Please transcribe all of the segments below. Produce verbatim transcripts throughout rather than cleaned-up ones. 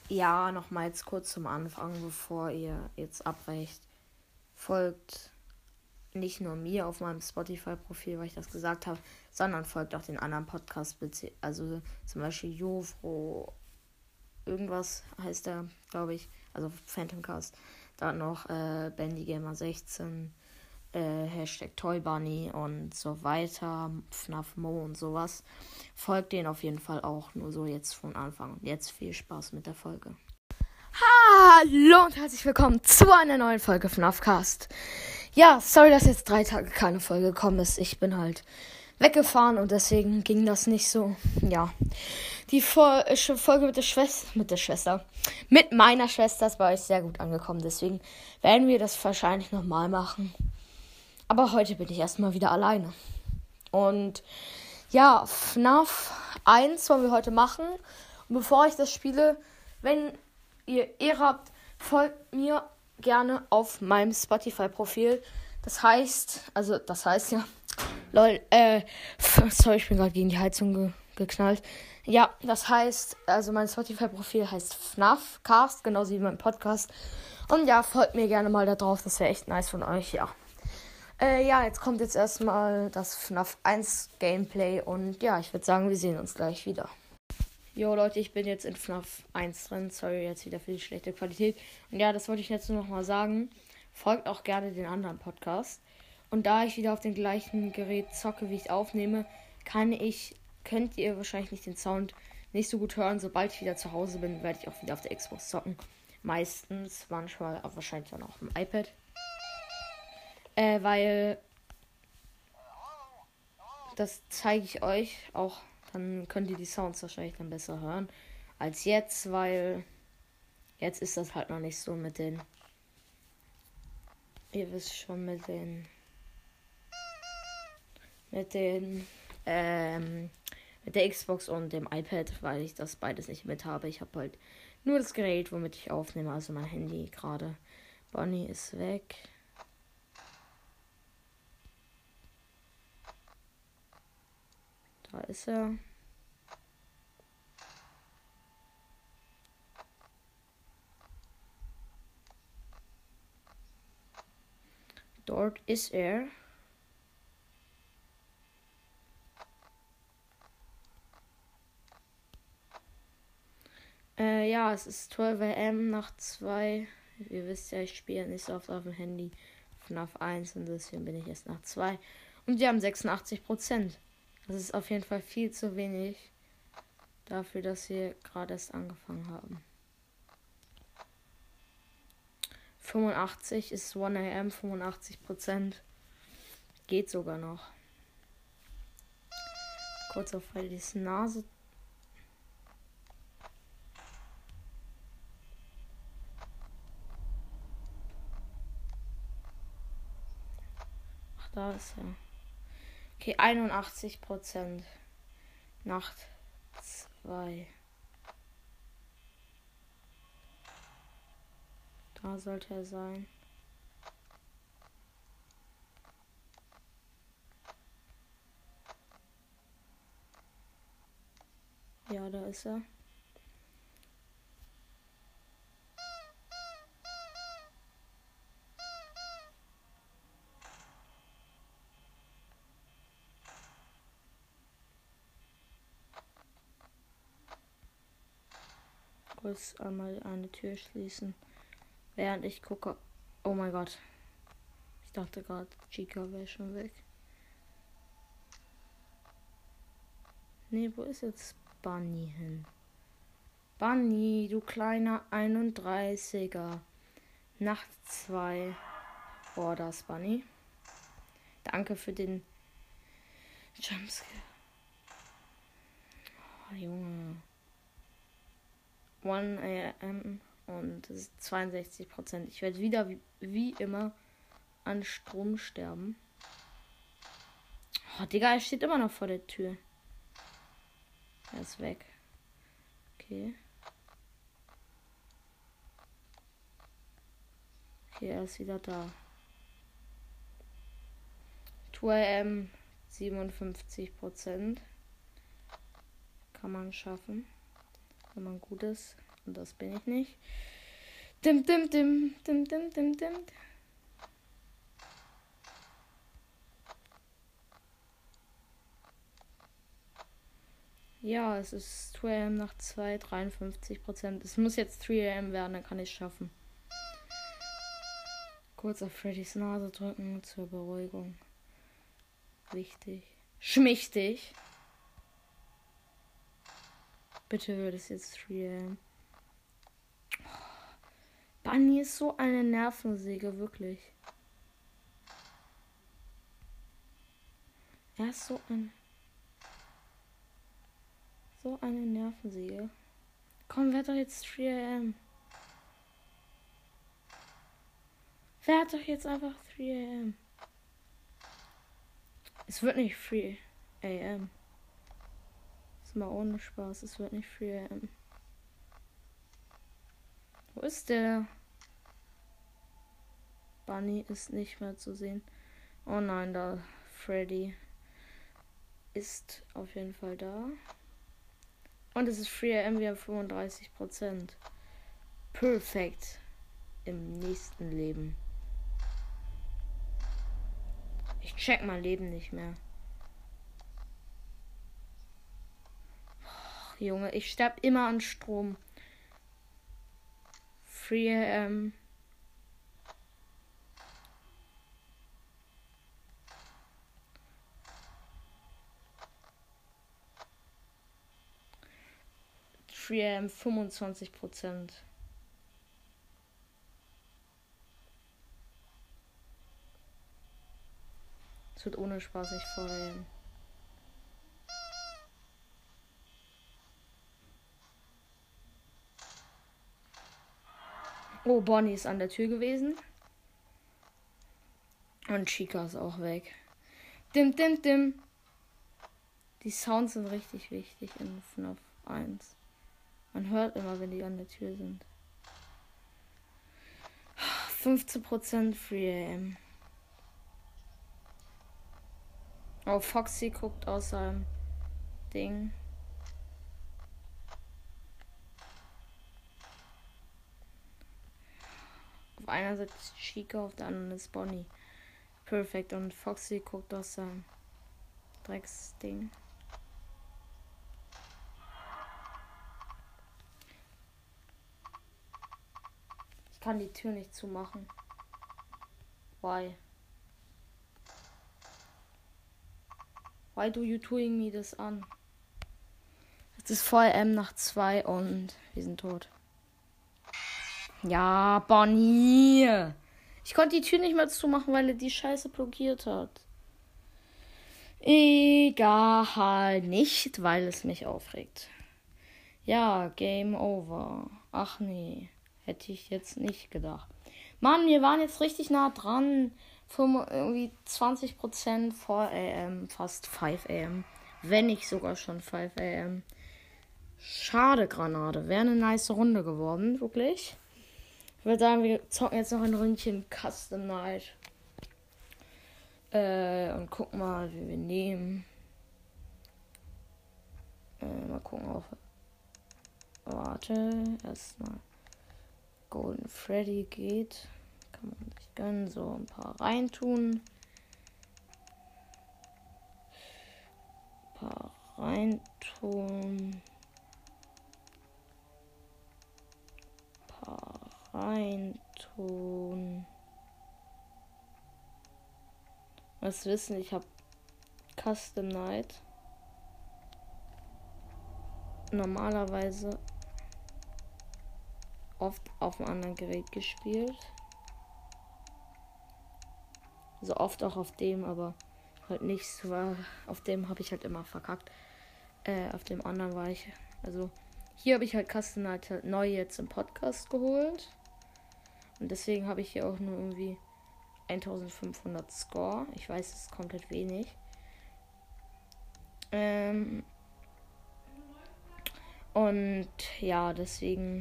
Ja, nochmal jetzt kurz zum Anfang, bevor ihr jetzt abbrecht. Folgt nicht nur mir auf meinem Spotify-Profil, weil ich das gesagt habe, sondern folgt auch den anderen Podcasts, also zum Beispiel Jovro, irgendwas heißt der, glaube ich, also Phantomcast. Dann noch äh, BandyGamer sechzehn, äh, Hashtag ToyBunny und so weiter, FNAFMo und sowas. Folgt denen auf jeden Fall auch, nur so jetzt von Anfang. Und jetzt viel Spaß mit der Folge. Hallo und herzlich willkommen zu einer neuen Folge FNAFcast. Ja, sorry, dass jetzt drei Tage keine Folge gekommen ist. Ich bin halt weggefahren und deswegen ging das nicht so. Ja, die Folge mit der Schwester, mit der Schwester, mit meiner Schwester ist bei euch sehr gut angekommen. Deswegen werden wir das wahrscheinlich nochmal machen. Aber heute bin ich erstmal wieder alleine. Und ja, FNAF eins wollen wir heute machen. Und bevor ich das spiele, wenn ihr Ehre habt, folgt mir gerne auf meinem Spotify-Profil. Das heißt, also das heißt ja, lol, äh, sorry, ich bin gerade gegen die Heizung ge- geknallt. Ja, das heißt, also mein Spotify-Profil heißt FNAFcast, genauso wie mein Podcast. Und ja, folgt mir gerne mal da drauf, das wäre echt nice von euch, ja. Äh, ja, jetzt kommt jetzt erstmal das FNAF eins Gameplay und ja, ich würde sagen, wir sehen uns gleich wieder. Jo Leute, ich bin jetzt in FNAF eins drin. Sorry jetzt wieder für die schlechte Qualität. Und ja, das wollte ich jetzt nur noch mal sagen. Folgt auch gerne den anderen Podcast. Und da ich wieder auf dem gleichen Gerät zocke, wie ich aufnehme, kann ich, könnt ihr wahrscheinlich nicht den Sound nicht so gut hören. Sobald ich wieder zu Hause bin, werde ich auch wieder auf der Xbox zocken. Meistens, manchmal, aber wahrscheinlich dann auch auf dem iPad. Äh, weil das zeige ich euch auch. Dann könnt ihr die Sounds wahrscheinlich dann besser hören als jetzt, weil jetzt ist das halt noch nicht so mit den, ihr wisst schon, mit den, mit den, ähm, mit der Xbox und dem iPad, weil ich das beides nicht mit habe. Ich habe halt nur das Gerät, womit ich aufnehme, also mein Handy gerade. Bonnie ist weg. Da ist er. Dort ist er. Äh, ja, es ist zwölf Uhr nach zwei. Ihr wisst ja, ich spiele nicht so oft auf dem Handy. FNAF eins und deswegen bin ich erst nach zwei. Und wir haben sechsundachtzig Prozent. Das ist auf jeden Fall viel zu wenig dafür, dass wir gerade erst angefangen haben. fünfundachtzig ist one a m, fünfundachtzig Prozent. Geht sogar noch. Kurz auf Freddys Nase. Ach, da ist er. Okay, einundachtzig Prozent. Nacht zwei. Da sollte er sein. Ja, da ist er. Kurz einmal eine Tür schließen. Während ich gucke. Oh mein Gott. Ich dachte gerade, Chica wäre schon weg. Nee, wo ist jetzt Bunny hin? Bunny, du kleiner einunddreißiger. Nacht zwei. Oh, da ist Bunny. Danke für den Jumpscare. Oh, Junge. one a m und es ist zweiundsechzig Prozent. Ich werde wieder wie, wie immer an Strom sterben. Oh, Digga, er steht immer noch vor der Tür. Er ist weg. Okay. Okay, er ist wieder da. zwei a m siebenundfünfzig Prozent. Kann man schaffen. Wenn man gut ist. Und das bin ich nicht. Dim, dim, dim, dim, dim, dim, dim. Ja, es ist zwei am nach zwei, dreiundfünfzig Prozent. Es muss jetzt drei am werden, dann kann ich es schaffen. Kurz auf Freddys Nase drücken zur Beruhigung. Wichtig. Schmichtig. Bitte wird es jetzt drei am. Bunny ist so eine Nervensäge, wirklich. Er ist so ein... So eine Nervensäge. Komm, werd doch jetzt drei am. Werd doch jetzt einfach drei am. Es wird nicht drei am. Ist mal ohne Spaß. Es wird nicht drei am. Wo ist der? Bunny ist nicht mehr zu sehen. Oh nein, da Freddy ist auf jeden Fall da. Und es ist drei am, wir haben fünfunddreißig Prozent. Perfekt. Im nächsten Leben. Ich check mein Leben nicht mehr. Och, Junge, ich sterb immer an Strom. drei am. drei am, fünfundzwanzig Prozent. Es wird ohne Spaß nicht vorgehen. Oh, Bonnie ist an der Tür gewesen. Und Chica ist auch weg. Dim, dim, dim. Die Sounds sind richtig wichtig in F NAF eins. Man hört immer, wenn die an der Tür sind. fünfzehn Prozent drei am. Oh, Foxy guckt aus seinem Ding. Auf einer Seite ist Chica, auf der anderen ist Bonnie. Perfekt. Und Foxy guckt aus seinem Drecksding. Ich kann die Tür nicht zumachen. Why? Why do you doing me this an? Es ist voll M nach zwei und wir sind tot. Ja, Bonnie. Ich konnte die Tür nicht mehr zumachen, weil er die Scheiße blockiert hat. Egal, nicht, weil es mich aufregt. Ja, Game over. Ach nee, hätte ich jetzt nicht gedacht. Mann, wir waren jetzt richtig nah dran. Irgendwie zwanzig Prozent vor A M, fast fünf A M. Wenn nicht sogar schon fünf A M. Schade, Granate. Wäre eine nice Runde geworden, wirklich. Ich würde sagen, wir zocken jetzt noch ein Ründchen Custom Night. Äh, und gucken mal, wie wir nehmen. Äh, mal gucken auf. Warte, erstmal. Golden Freddy geht. Kann man sich gönnen. So ein paar reintun. Ein paar reintun. Ein paar reintun. Was wissen, ich habe Custom Night normalerweise oft auf einem anderen Gerät gespielt. So oft auch auf dem, aber halt nicht so. Auf dem habe ich halt immer verkackt. Äh, auf dem anderen war ich. Also hier habe ich halt Custom Night halt neu jetzt im Podcast geholt. Und deswegen habe ich hier auch nur irgendwie eintausendfünfhundert Score. Ich weiß, es ist komplett wenig. Ähm und ja, deswegen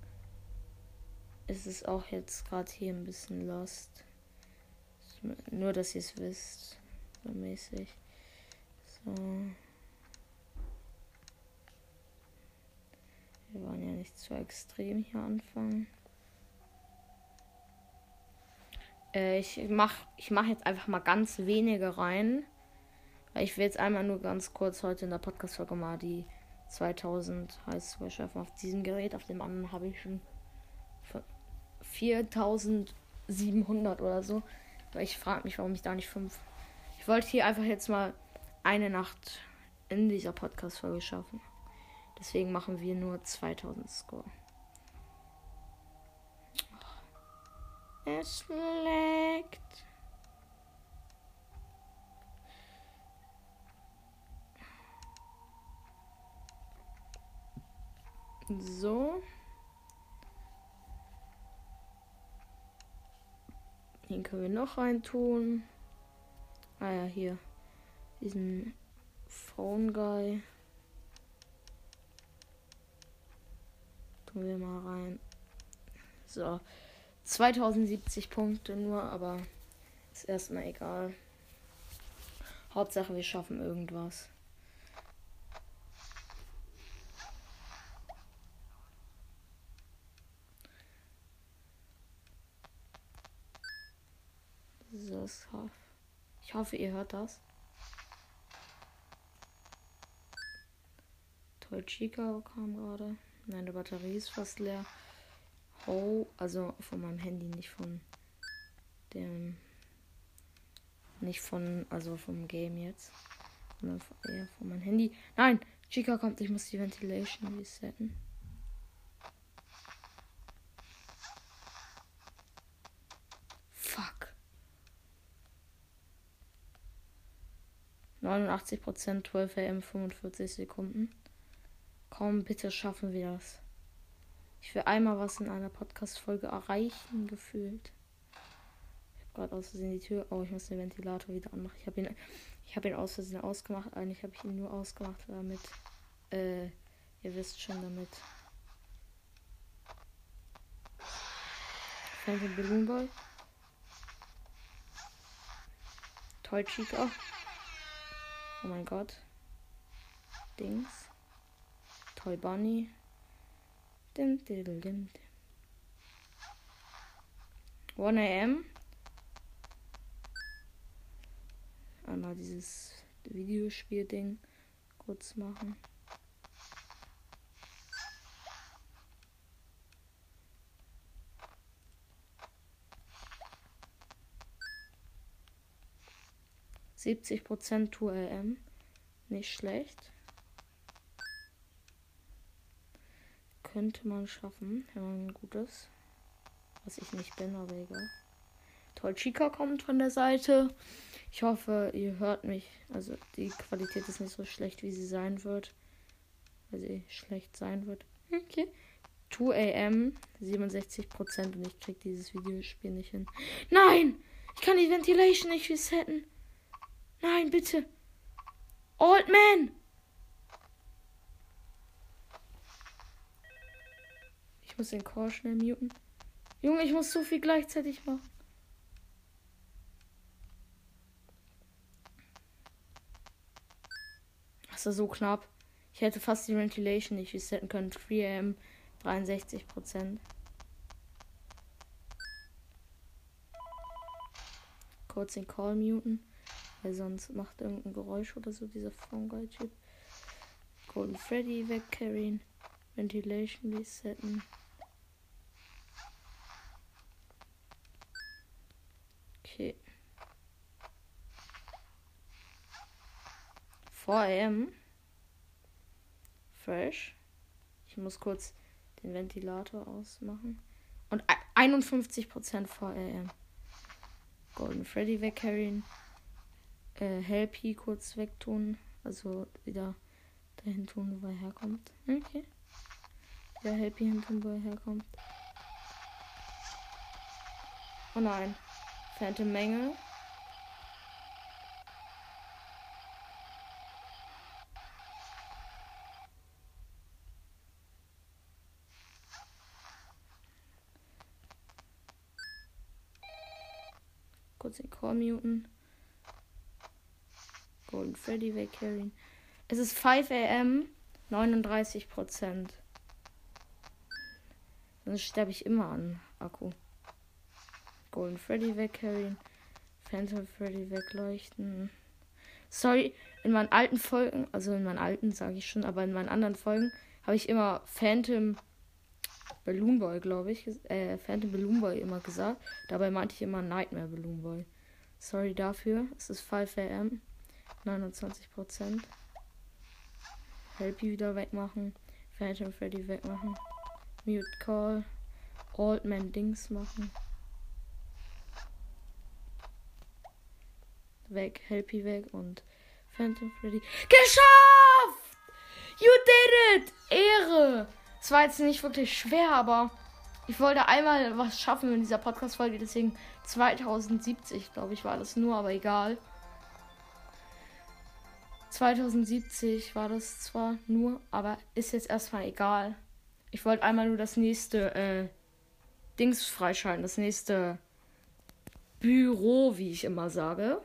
ist es auch jetzt gerade hier ein bisschen lost. Nur, dass ihr es wisst. So mäßig. So. Wir wollen ja nicht zu extrem hier anfangen. Äh, ich mach, ich mach jetzt einfach mal ganz wenige rein. Weil ich will jetzt einmal nur ganz kurz heute in der Podcast-Folge mal die zweitausend Highscore schaffen auf diesem Gerät. Auf dem anderen habe ich schon viertausendsiebenhundert oder so. Weil ich frage mich, warum ich da nicht fünf. Ich wollte hier einfach jetzt mal eine Nacht in dieser Podcast-Folge schaffen. Deswegen machen wir nur zweitausend Score. Es leckt. So. Den können wir noch rein tun. Ah ja, hier. Diesen Phone Guy. Tun wir mal rein. So. zweitausendsiebzig Punkte nur, aber ist erstmal egal. Hauptsache, wir schaffen irgendwas. So, ich hoffe, ihr hört das. Toy Chica kam gerade. Meine Batterie ist fast leer. Oh, also von meinem Handy, nicht von dem. Nicht von, also vom Game jetzt. Sondern eher von meinem Handy. Nein! Chica kommt, ich muss die Ventilation resetten. Fuck. neunundachtzig Prozent, zwölf A M, fünfundvierzig Sekunden. Komm, bitte schaffen wir das. Ich will einmal was in einer Podcast-Folge erreichen, gefühlt. Ich habe gerade aus Versehen die Tür. Oh, ich muss den Ventilator wieder anmachen. Ich habe ihn, ich habe ihn aus Versehen ausgemacht. Eigentlich habe ich ihn nur ausgemacht, damit. Äh, ihr wisst schon damit. Phantom Balloon Boy. Toy Chica. Oh mein Gott. Dings. Toy Bunny. Dim, dim, dim, dim. one A M. Einmal dieses Videospiel-Ding kurz machen. siebzig Prozent zwei A M. Nicht schlecht. Könnte man schaffen, wenn man gut ist. Was ich nicht bin, aber egal. Toy Chica kommt von der Seite. Ich hoffe, ihr hört mich. Also die Qualität ist nicht so schlecht, wie sie sein wird. Weil sie schlecht sein wird. Okay. zwei A M, siebenundsechzig Prozent und ich krieg dieses Videospiel nicht hin. Nein! Ich kann die Ventilation nicht resetten. Nein, bitte. Old Man! Ich muss den Call schnell muten. Junge, ich muss so viel gleichzeitig machen. Das war so knapp. Ich hätte fast die Ventilation nicht resetten können. drei A M, dreiundsechzig Prozent. Kurz den Call muten. Weil sonst macht irgendein Geräusch oder so dieser Phone Guy Typ. Golden Freddy wegcarryen. Ventilation resetten. Okay. vier A M. Fresh. Ich muss kurz den Ventilator ausmachen. Und einundfünfzig Prozent vier A M. Golden Freddy wegcarryen. Äh, Helpy kurz wegtun. Also wieder dahin tun, wo er herkommt. Okay. Wieder Helpy hin tun, wo er herkommt. Oh nein. Phantom Menge. Kurz den Core muten. Golden Freddy wegcarryen. Es ist fünf A M, neununddreißig Prozent. Sonst sterbe ich immer an Akku. Golden Freddy wegcarryen. Phantom Freddy wegleuchten. Sorry, in meinen alten Folgen, also in meinen alten sage ich schon, aber in meinen anderen Folgen habe ich immer Phantom Balloon Boy, glaube ich, äh, Phantom Balloon Boy immer gesagt. Dabei meinte ich immer Nightmare Balloon Boy. Sorry dafür. Es ist fünf A M. neunundzwanzig Prozent. Helpy wieder wegmachen. Phantom Freddy wegmachen. Mute Call. Old Man Dings machen. Weg. Helpy weg und Phantom Freddy. Geschafft! You did it! Ehre! Es war jetzt nicht wirklich schwer, aber ich wollte einmal was schaffen in dieser Podcast-Folge, deswegen zweitausendsiebzig, glaube ich, war das nur, aber egal. zweitausendsiebzig war das zwar nur, aber ist jetzt erstmal egal. Ich wollte einmal nur das nächste äh, Dings freischalten, das nächste Büro, wie ich immer sage.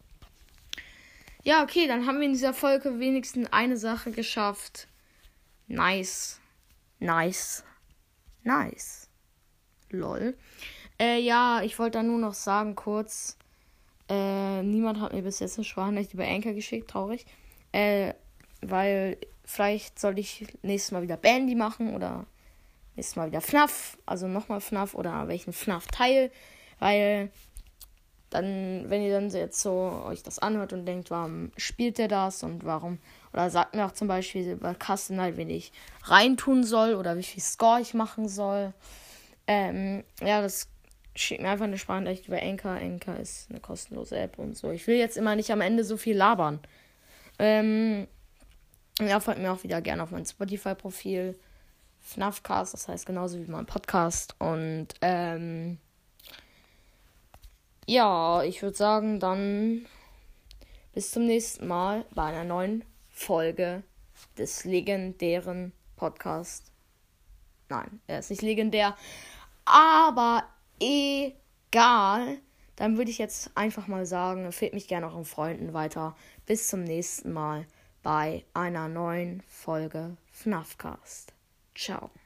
Ja, okay, dann haben wir in dieser Folge wenigstens eine Sache geschafft. Nice. Nice. Nice. Lol. Äh, ja, ich wollte da nur noch sagen, kurz. Äh, niemand hat mir bis jetzt eine Sprachnachricht über Anchor geschickt, traurig. Äh, weil vielleicht soll ich nächstes Mal wieder Bandy machen oder nächstes Mal wieder F NAF, also nochmal F NAF oder welchen F NAF-Teil, weil dann, wenn ihr dann jetzt so euch das anhört und denkt, warum spielt der das und warum, oder sagt mir auch zum Beispiel über Custom Night, wen ich reintun soll oder wie viel Score ich machen soll. Ähm, ja, das schickt mir einfach eine Sprachnachricht über Anchor. Anchor ist eine kostenlose App und so. Ich will jetzt immer nicht am Ende so viel labern. Ähm, ja, folgt mir auch wieder gerne auf mein Spotify-Profil. FNAFcast, das heißt genauso wie mein Podcast. Und, ähm, ja, ich würde sagen, dann bis zum nächsten Mal bei einer neuen Folge des legendären Podcasts. Nein, er ist nicht legendär, aber egal. Dann würde ich jetzt einfach mal sagen, empfehlt mich gerne euren Freunden weiter. Bis zum nächsten Mal bei einer neuen Folge FNAFcast. Ciao.